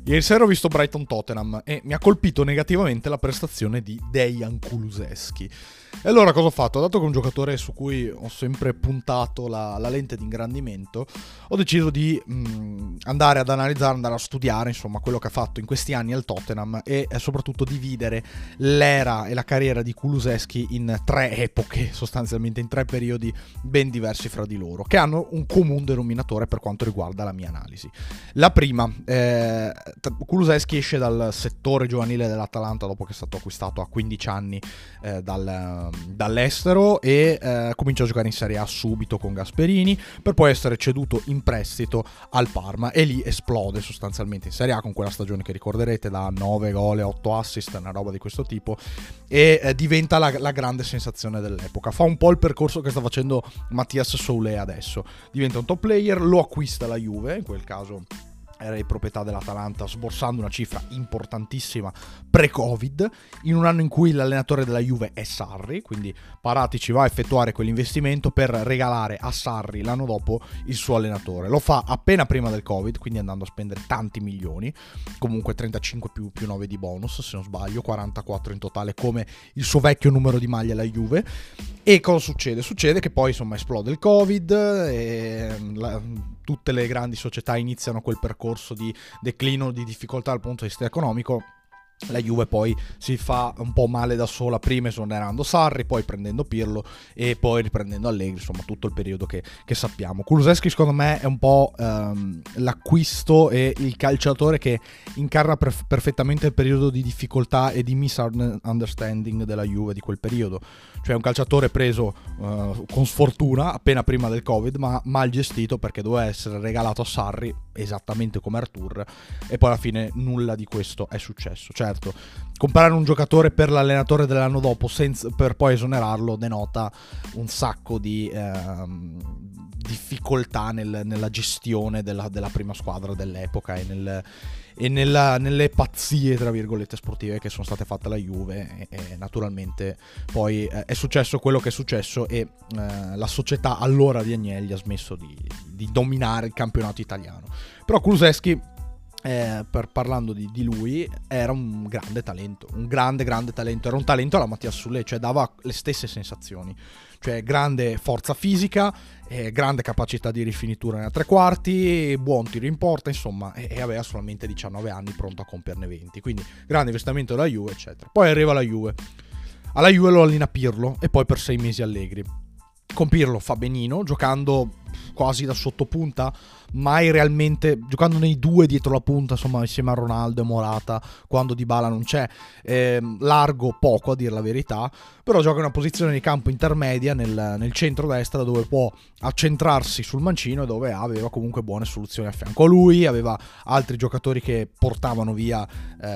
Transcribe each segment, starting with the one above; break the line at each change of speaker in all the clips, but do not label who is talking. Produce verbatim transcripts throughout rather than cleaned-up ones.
Ieri sera ho visto Brighton Tottenham e mi ha colpito negativamente la prestazione di Dejan Kulusevski. E allora cosa ho fatto? Dato che è un giocatore su cui ho sempre puntato la, la lente di ingrandimento, ho deciso di mh, andare ad analizzare, andare a studiare insomma quello che ha fatto in questi anni al Tottenham e eh, soprattutto dividere l'era e la carriera di Kulusevski in tre epoche, sostanzialmente in tre periodi ben diversi fra di loro, che hanno un comune denominatore per quanto riguarda la mia analisi. La prima, eh, Kulusevski esce dal settore giovanile dell'Atalanta dopo che è stato acquistato a quindici anni eh, dal dall'estero e eh, comincia a giocare in Serie A subito con Gasperini per poi essere ceduto in prestito al Parma e lì esplode sostanzialmente in Serie A con quella stagione che ricorderete da nove gol e otto assist, una roba di questo tipo, e eh, diventa la, la grande sensazione dell'epoca. Fa un po' il percorso che sta facendo Mattias Soulé adesso, diventa un top player, lo acquista la Juve, in quel caso era di proprietà dell'Atalanta, sborsando una cifra importantissima pre-Covid, in un anno in cui l'allenatore della Juve è Sarri, quindi Paratici va a effettuare quell'investimento per regalare a Sarri l'anno dopo il suo allenatore. Lo fa appena prima del Covid, quindi andando a spendere tanti milioni, comunque trentacinque più, più nove di bonus se non sbaglio, quarantaquattro in totale come il suo vecchio numero di maglia alla Juve. E cosa succede? Succede che poi insomma esplode il Covid e la, tutte le grandi società iniziano quel percorso di declino, di difficoltà dal punto di vista economico. La Juve poi si fa un po' male da sola, prima esonerando Sarri, poi prendendo Pirlo e poi riprendendo Allegri, insomma tutto il periodo che, che sappiamo. Kulusevski secondo me è un po' um, l'acquisto e il calciatore che incarna perf- perfettamente il periodo di difficoltà e di misunderstanding della Juve di quel periodo. Cioè un calciatore preso uh, con sfortuna appena prima del Covid, ma mal gestito perché doveva essere regalato a Sarri esattamente come Artur e poi alla fine nulla di questo è successo. Certo, comprare un giocatore per l'allenatore dell'anno dopo senza, per poi esonerarlo denota un sacco di ehm, difficoltà nel, nella gestione della, della prima squadra dell'epoca e, nel, e nella, nelle pazzie tra virgolette sportive che sono state fatte alla Juve e, e naturalmente poi eh, è successo quello che è successo e eh, la società allora di Agnelli ha smesso di, di dominare il campionato italiano. Però Kulusevski, Eh, per, parlando di, di lui, era un grande talento, un grande grande talento, era un talento alla Mattias Soulé, cioè dava le stesse sensazioni, cioè grande forza fisica, eh, grande capacità di rifinitura nei tre quarti, buon tiro in porta, insomma, e, e aveva solamente diciannove anni, pronto a compierne venti, quindi grande investimento della Juve, eccetera. Poi arriva la Juve, alla Juve lo allena Pirlo e poi per sei mesi Allegri. Con Pirlo fa benino, giocando quasi da sottopunta, mai realmente giocando nei due dietro la punta, insomma insieme a Ronaldo e Morata quando Dybala non c'è, eh, largo poco a dir la verità, però gioca in una posizione di campo intermedia nel, nel centro-destra dove può accentrarsi sul mancino e dove aveva comunque buone soluzioni a fianco a lui, aveva altri giocatori che portavano via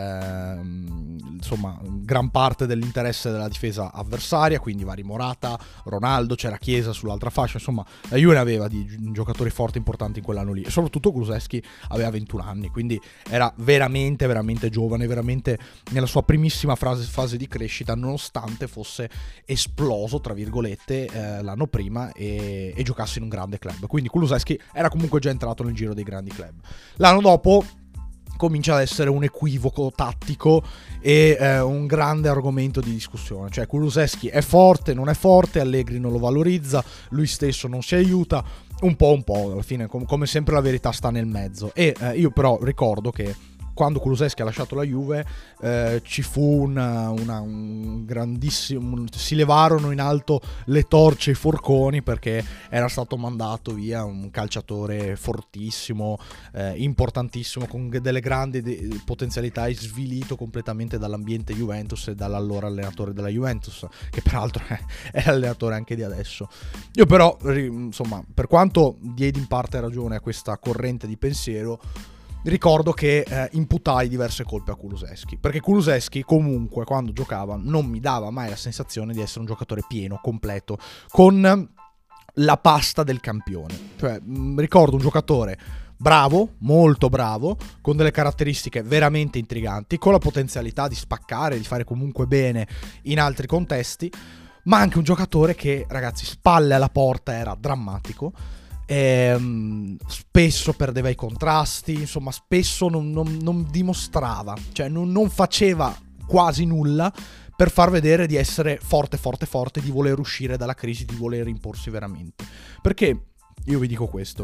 eh, insomma gran parte dell'interesse della difesa avversaria, quindi vari Morata, Ronaldo, c'era Chiesa sull'altra fascia, insomma la Juve ne aveva di giocatori forti importanti in quell'anno lì e soprattutto Kulusevski aveva ventuno anni, quindi era veramente veramente giovane, veramente nella sua primissima fase, fase di crescita, nonostante fosse esploso tra virgolette eh, l'anno prima e, e giocasse in un grande club, quindi Kulusevski era comunque già entrato nel giro dei grandi club. L'anno dopo comincia ad essere un equivoco tattico e eh, un grande argomento di discussione, cioè Kulusevski è forte, non è forte, Allegri non lo valorizza, lui stesso non si aiuta, un po' un po', alla fine com- come sempre la verità sta nel mezzo e eh, io però ricordo che quando Kulusevski ha lasciato la Juve eh, ci fu una, una, un grandissimo, un, si levarono in alto le torce e i forconi perché era stato mandato via un calciatore fortissimo, eh, importantissimo, con delle grandi de- potenzialità e svilito completamente dall'ambiente Juventus e dall'allora allenatore della Juventus, che peraltro è, è l'allenatore anche di adesso. Io però, insomma, per quanto diedi in parte ragione a questa corrente di pensiero, ricordo che eh, imputai diverse colpe a Kulusevski, perché Kulusevski comunque quando giocava non mi dava mai la sensazione di essere un giocatore pieno, completo, con la pasta del campione. Cioè mh, ricordo un giocatore bravo, molto bravo, con delle caratteristiche veramente intriganti, con la potenzialità di spaccare, di fare comunque bene in altri contesti, ma anche un giocatore che, ragazzi, spalle alla porta era drammatico ehm, spesso perdeva i contrasti, insomma spesso non, non, non dimostrava, cioè non, non faceva quasi nulla per far vedere di essere forte, forte, forte, di voler uscire dalla crisi, di voler imporsi veramente. Perché io vi dico questo?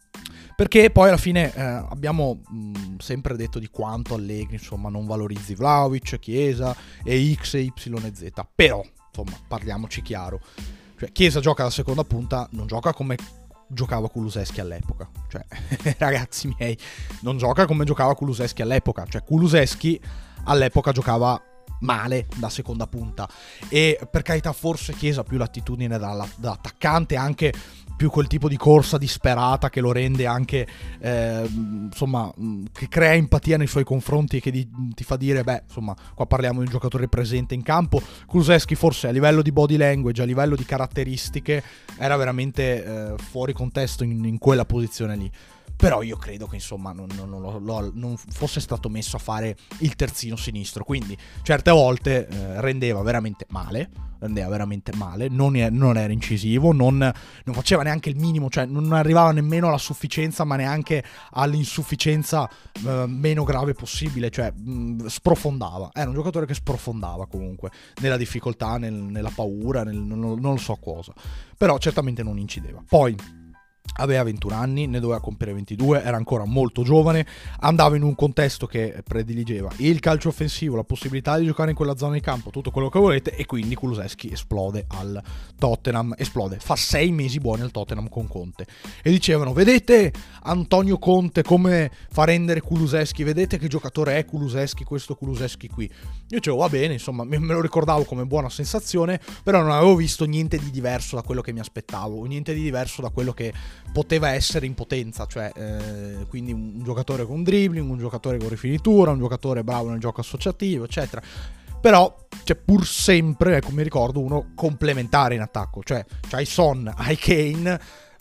Perché poi alla fine eh, abbiamo mh, sempre detto di quanto Allegri, insomma, non valorizzi Vlahovic, Chiesa e X, Y e Z. Però, insomma, parliamoci chiaro. Cioè, Chiesa gioca da seconda punta, non gioca come giocava Kulusevski all'epoca. Cioè, ragazzi miei, non gioca come giocava Kulusevski all'epoca. Cioè, Kulusevski all'epoca giocava male da seconda punta. E per carità, forse Chiesa più l'attitudine da, da attaccante, anche più quel tipo di corsa disperata che lo rende anche eh, insomma, che crea empatia nei suoi confronti e che di, ti fa dire beh, insomma, qua parliamo di un giocatore presente in campo. Kulusevski forse a livello di body language, a livello di caratteristiche era veramente eh, fuori contesto in, in quella posizione lì. Però io credo che insomma non, non, non, non, non fosse stato messo a fare il terzino sinistro, quindi certe volte eh, rendeva veramente male, rendeva veramente male, non, è, non era incisivo, non, non faceva neanche il minimo, cioè non arrivava nemmeno alla sufficienza, ma neanche all'insufficienza eh, meno grave possibile, cioè mh, sprofondava, era un giocatore che sprofondava comunque, nella difficoltà, nel, nella paura, nel, non, non lo so cosa, però certamente non incideva. Poi aveva ventuno anni, ne doveva compiere ventidue, era ancora molto giovane, andava in un contesto che prediligeva il calcio offensivo, la possibilità di giocare in quella zona di campo, tutto quello che volete, e quindi Kulusevski esplode al Tottenham, esplode, fa sei mesi buoni al Tottenham con Conte, e dicevano vedete Antonio Conte come fa rendere Kulusevski, vedete che giocatore è Kulusevski, questo Kulusevski qui. Io dicevo va bene, insomma me lo ricordavo come buona sensazione, però non avevo visto niente di diverso da quello che mi aspettavo, niente di diverso da quello che poteva essere in potenza, cioè eh, quindi un, un giocatore con dribbling, un giocatore con rifinitura, un giocatore bravo nel gioco associativo, eccetera. Però c'è pur sempre, ecco, mi ricordo, uno complementare in attacco, cioè c'hai Son, hai Kane,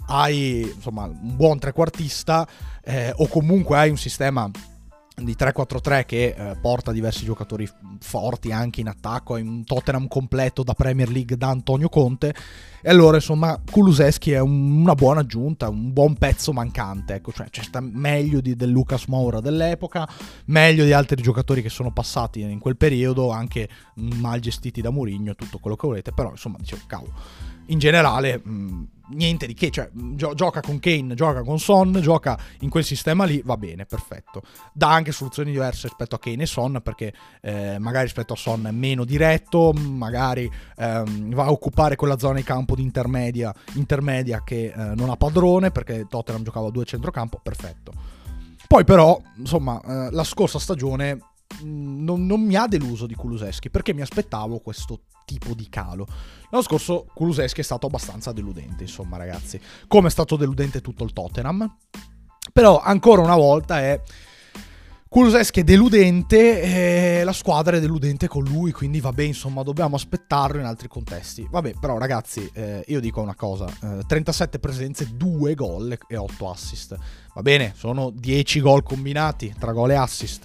hai insomma un buon trequartista eh, o comunque hai un sistema di tre quattro tre che eh, porta diversi giocatori forti anche in attacco, hai un Tottenham completo da Premier League da Antonio Conte, e allora insomma Kulusevski è un, una buona aggiunta, un buon pezzo mancante, ecco, cioè c'è sta meglio di, del Lucas Moura dell'epoca, meglio di altri giocatori che sono passati in quel periodo, anche mal gestiti da Mourinho, tutto quello che volete, però insomma dicevo cavolo, in generale mh, niente di che, cioè gio- gioca con Kane, gioca con Son, gioca in quel sistema lì, va bene, perfetto. Dà anche soluzioni diverse rispetto a Kane e Son, perché eh, magari rispetto a Son è meno diretto, magari ehm, va a occupare quella zona di campo di intermedia, intermedia che eh, non ha padrone, perché Tottenham giocava a due centrocampo, perfetto. Poi però, insomma, eh, la scorsa stagione Non, non mi ha deluso di Kulusevski, perché mi aspettavo questo tipo di calo. L'anno scorso Kulusevski è stato abbastanza deludente, insomma ragazzi, come è stato deludente tutto il Tottenham, però ancora una volta è Kulusevski è deludente e la squadra è deludente con lui, quindi vabbè, insomma dobbiamo aspettarlo in altri contesti. Vabbè, però ragazzi, eh, io dico una cosa, eh, trentasette presenze, due gol e otto assist, va bene, sono dieci gol combinati tra gol e assist.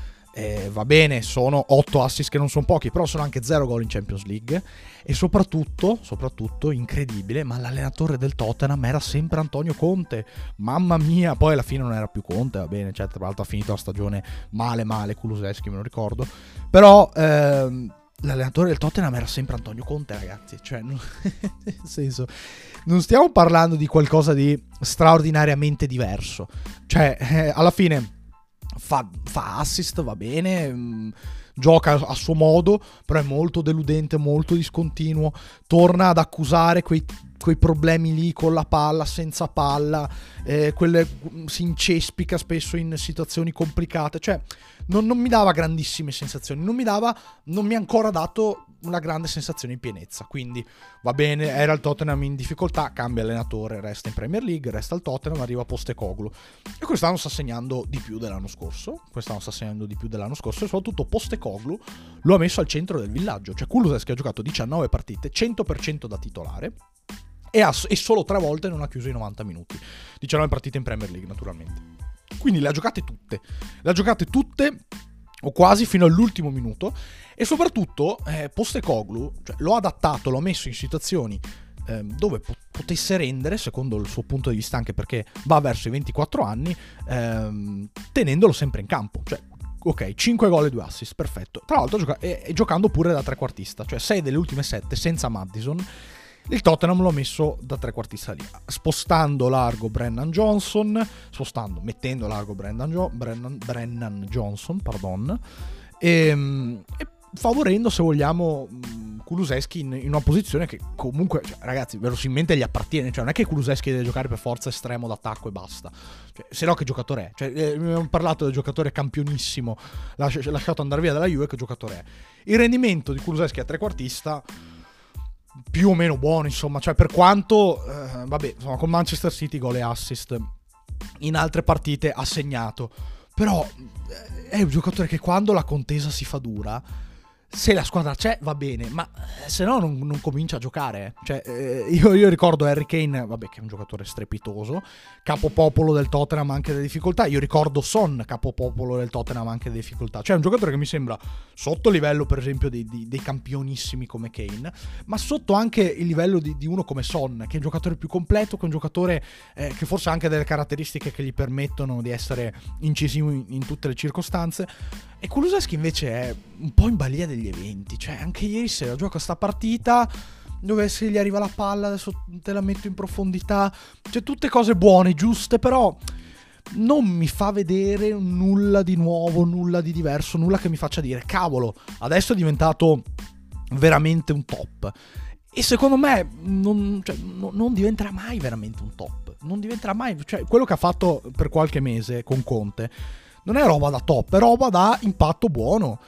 Eh, va bene, sono otto assist che non sono pochi, però sono anche zero gol in Champions League, e soprattutto, soprattutto, incredibile, ma l'allenatore del Tottenham era sempre Antonio Conte, mamma mia, poi alla fine non era più Conte, va bene, cioè, tra l'altro ha finito la stagione male male, Kulusevski me lo ricordo, però ehm, l'allenatore del Tottenham era sempre Antonio Conte, ragazzi, cioè non, nel senso, non stiamo parlando di qualcosa di straordinariamente diverso, cioè eh, alla fine Fa, fa assist, va bene, mh, gioca a suo modo, però è molto deludente, molto discontinuo, torna ad accusare quei, quei problemi lì con la palla, senza palla, eh, quelle, si incespica spesso in situazioni complicate, cioè non, non mi dava grandissime sensazioni, non mi dava, non mi ha ancora dato una grande sensazione di pienezza, quindi va bene, era il Tottenham in difficoltà, cambia allenatore, resta in Premier League, resta al Tottenham, arriva Postecoglou, e quest'anno sta segnando di più dell'anno scorso, quest'anno sta segnando di più dell'anno scorso, e soprattutto Postecoglou lo ha messo al centro del villaggio, cioè Kulusevski ha giocato diciannove partite, cento per cento da titolare, e, ha, e solo tre volte non ha chiuso i novanta minuti, diciannove partite in Premier League naturalmente, quindi le ha giocate tutte, le ha giocate tutte o quasi fino all'ultimo minuto, e soprattutto eh, Postecoglou, cioè, lo ha adattato, lo ha messo in situazioni eh, dove po- potesse rendere, secondo il suo punto di vista, anche perché va verso i ventiquattro anni, ehm, tenendolo sempre in campo. Cioè, ok, cinque gol e due assist, perfetto. Tra l'altro gioca- e, e giocando pure da trequartista, cioè sei delle ultime sette senza Maddison. Il Tottenham l'ho messo da trequartista lì, spostando largo Brennan Johnson, spostando, mettendo largo Brennan, jo- Brennan, Brennan Johnson, pardon, e, e favorendo, se vogliamo, Kulusevski in, in una posizione che comunque, cioè, ragazzi, verosimilmente gli appartiene. Cioè non è che Kulusevski deve giocare per forza estremo d'attacco e basta, cioè, se no che giocatore è? Cioè, eh, abbiamo parlato del giocatore campionissimo lasci- lasciato andare via dalla Juve, che giocatore è? Il rendimento di Kulusevski a trequartista più o meno buono, insomma, cioè per quanto eh, vabbè, insomma, con Manchester City gol e assist, in altre partite ha segnato, però eh, è un giocatore che quando la contesa si fa dura, se la squadra c'è va bene, ma se no non, non comincia a giocare. Cioè, eh, io, io ricordo Harry Kane, vabbè, che è un giocatore strepitoso, capopopolo del Tottenham anche delle difficoltà. Io ricordo Son, capopopolo del Tottenham anche delle difficoltà. Cioè, è un giocatore che mi sembra sotto il livello, per esempio, dei, dei, dei campionissimi come Kane, ma sotto anche il livello di, di uno come Son, che è un giocatore più completo, che è un giocatore eh, che forse ha anche delle caratteristiche che gli permettono di essere incisivo in, in tutte le circostanze. E Kulusevski invece è un po' in balia degli eventi. Cioè, anche ieri sera gioca sta partita dove se gli arriva la palla, adesso te la metto in profondità, cioè tutte cose buone, giuste, però non mi fa vedere nulla di nuovo, nulla di diverso, nulla che mi faccia dire cavolo, adesso è diventato veramente un top. E secondo me non, cioè, no, non diventerà mai veramente un top. Non diventerà mai, cioè quello che ha fatto per qualche mese con Conte non è roba da top, è roba da impatto buono.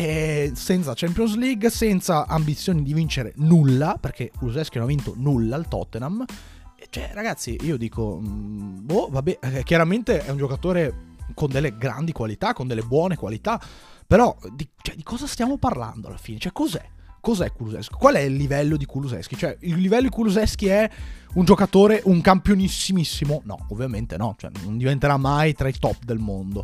E senza Champions League, senza ambizioni di vincere nulla, perché Kulusevski non ha vinto nulla al Tottenham. E cioè, ragazzi, io dico, mh, boh, vabbè, eh, chiaramente è un giocatore con delle grandi qualità, con delle buone qualità, però di, cioè, di cosa stiamo parlando alla fine? Cioè, cos'è? Cos'è Kulusevski? Qual è il livello di Kulusevski? Cioè, il livello di Kulusevski è un giocatore, un campionissimissimo? No, ovviamente no, cioè non diventerà mai tra i top del mondo.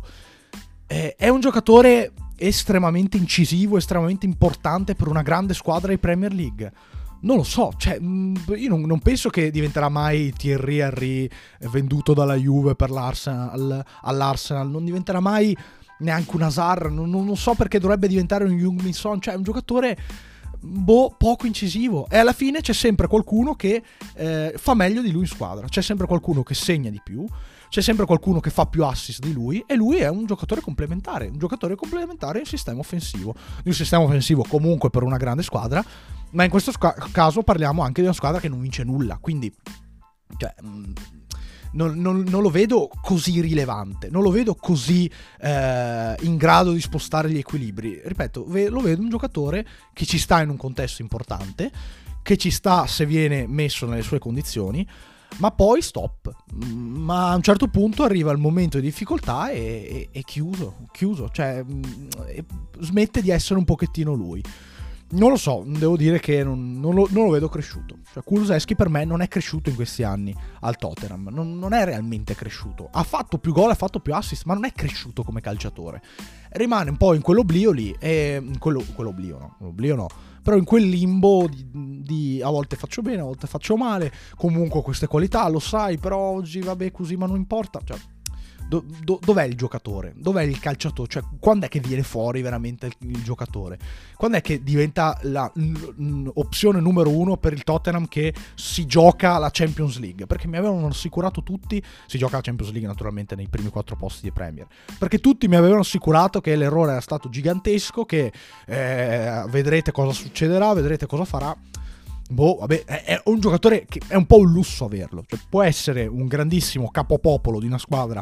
Eh, è un giocatore estremamente incisivo, estremamente importante per una grande squadra di Premier League. Non lo so, cioè, io non, non penso che diventerà mai Thierry Henry venduto dalla Juve per l'Arsenal, all'Arsenal, non diventerà mai neanche un Hazard, non, non so perché dovrebbe diventare un Heung-min Son, cioè è un giocatore boh, poco incisivo, e alla fine c'è sempre qualcuno che eh, fa meglio di lui in squadra, c'è sempre qualcuno che segna di più, c'è sempre qualcuno che fa più assist di lui, e lui è un giocatore complementare, un giocatore complementare in un sistema offensivo, di un sistema offensivo comunque per una grande squadra, ma in questo sca- caso parliamo anche di una squadra che non vince nulla, quindi cioè, mh, non, non, non lo vedo così rilevante, non lo vedo così eh, in grado di spostare gli equilibri. Ripeto, ve- lo vedo un giocatore che ci sta in un contesto importante, che ci sta se viene messo nelle sue condizioni, ma poi stop. Ma a un certo punto arriva il momento di difficoltà e è chiuso, chiuso, cioè e smette di essere un pochettino lui. Non lo so, devo dire che non, non, lo, non lo vedo cresciuto. Cioè, Kulusevski per me non è cresciuto in questi anni al Tottenham, non, non è realmente cresciuto. Ha fatto più gol, ha fatto più assist, ma non è cresciuto come calciatore. Rimane un po' in quell'oblio lì, e in quello, quell'oblio no, l'oblio no, però in quel limbo di, di a volte faccio bene, a volte faccio male, comunque ho queste qualità, lo sai, però oggi vabbè così, ma non importa, cioè Do, do, dov'è il giocatore? Dov'è il calciatore? Cioè, quando è che viene fuori veramente il, il giocatore? Quando è che diventa la l, opzione numero uno per il Tottenham che si gioca la Champions League? Perché mi avevano assicurato tutti, si gioca la Champions League naturalmente nei primi quattro posti di Premier, perché tutti mi avevano assicurato che l'errore era stato gigantesco, che eh, vedrete cosa succederà, vedrete cosa farà. Boh, vabbè, è un giocatore che è un po' un lusso averlo, cioè può essere un grandissimo capopopolo di una squadra,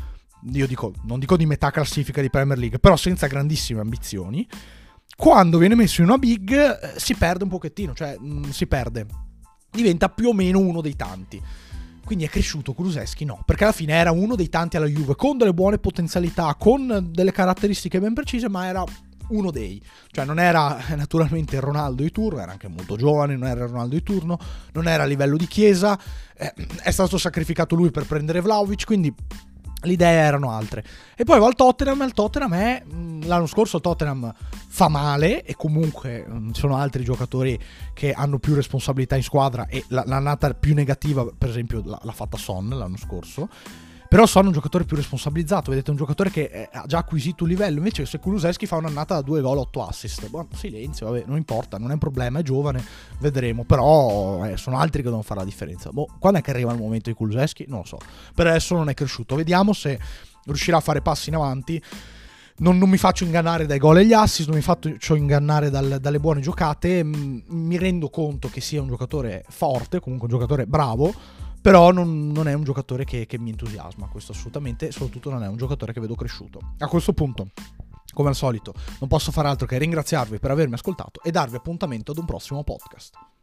io dico, non dico di metà classifica di Premier League, però senza grandissime ambizioni. Quando viene messo in una big eh, si perde un pochettino, cioè mh, si perde, diventa più o meno uno dei tanti. Quindi è cresciuto Kulusevski? No, perché alla fine era uno dei tanti alla Juve, con delle buone potenzialità, con delle caratteristiche ben precise, ma era uno dei, cioè non era naturalmente il Ronaldo di turno, era anche molto giovane, non era il Ronaldo di turno, non era a livello di Chiesa, eh, è stato sacrificato lui per prendere Vlahovic, quindi le idee erano altre. E poi va al Tottenham, al Tottenham è, l'anno scorso il Tottenham fa male e comunque ci sono altri giocatori che hanno più responsabilità in squadra e l'annata più negativa per esempio l'ha fatta Son l'anno scorso. Però Son è un giocatore più responsabilizzato, vedete, un giocatore che ha già acquisito un livello. Invece se Kulusevski fa un'annata da due gol, otto assist, buon silenzio, vabbè, non importa, non è un problema, è giovane, vedremo. Però eh, sono altri che devono fare la differenza. Boh, quando è che arriva il momento di Kulusevski? Non lo so. Per adesso non è cresciuto, vediamo se riuscirà a fare passi in avanti. Non, non mi faccio ingannare dai gol e gli assist, non mi faccio ingannare dal, dalle buone giocate. Mi rendo conto che sia un giocatore forte, comunque un giocatore bravo, però non, non è un giocatore che, che mi entusiasma, questo assolutamente, soprattutto non è un giocatore che vedo cresciuto. A questo punto, come al solito, non posso fare altro che ringraziarvi per avermi ascoltato e darvi appuntamento ad un prossimo podcast.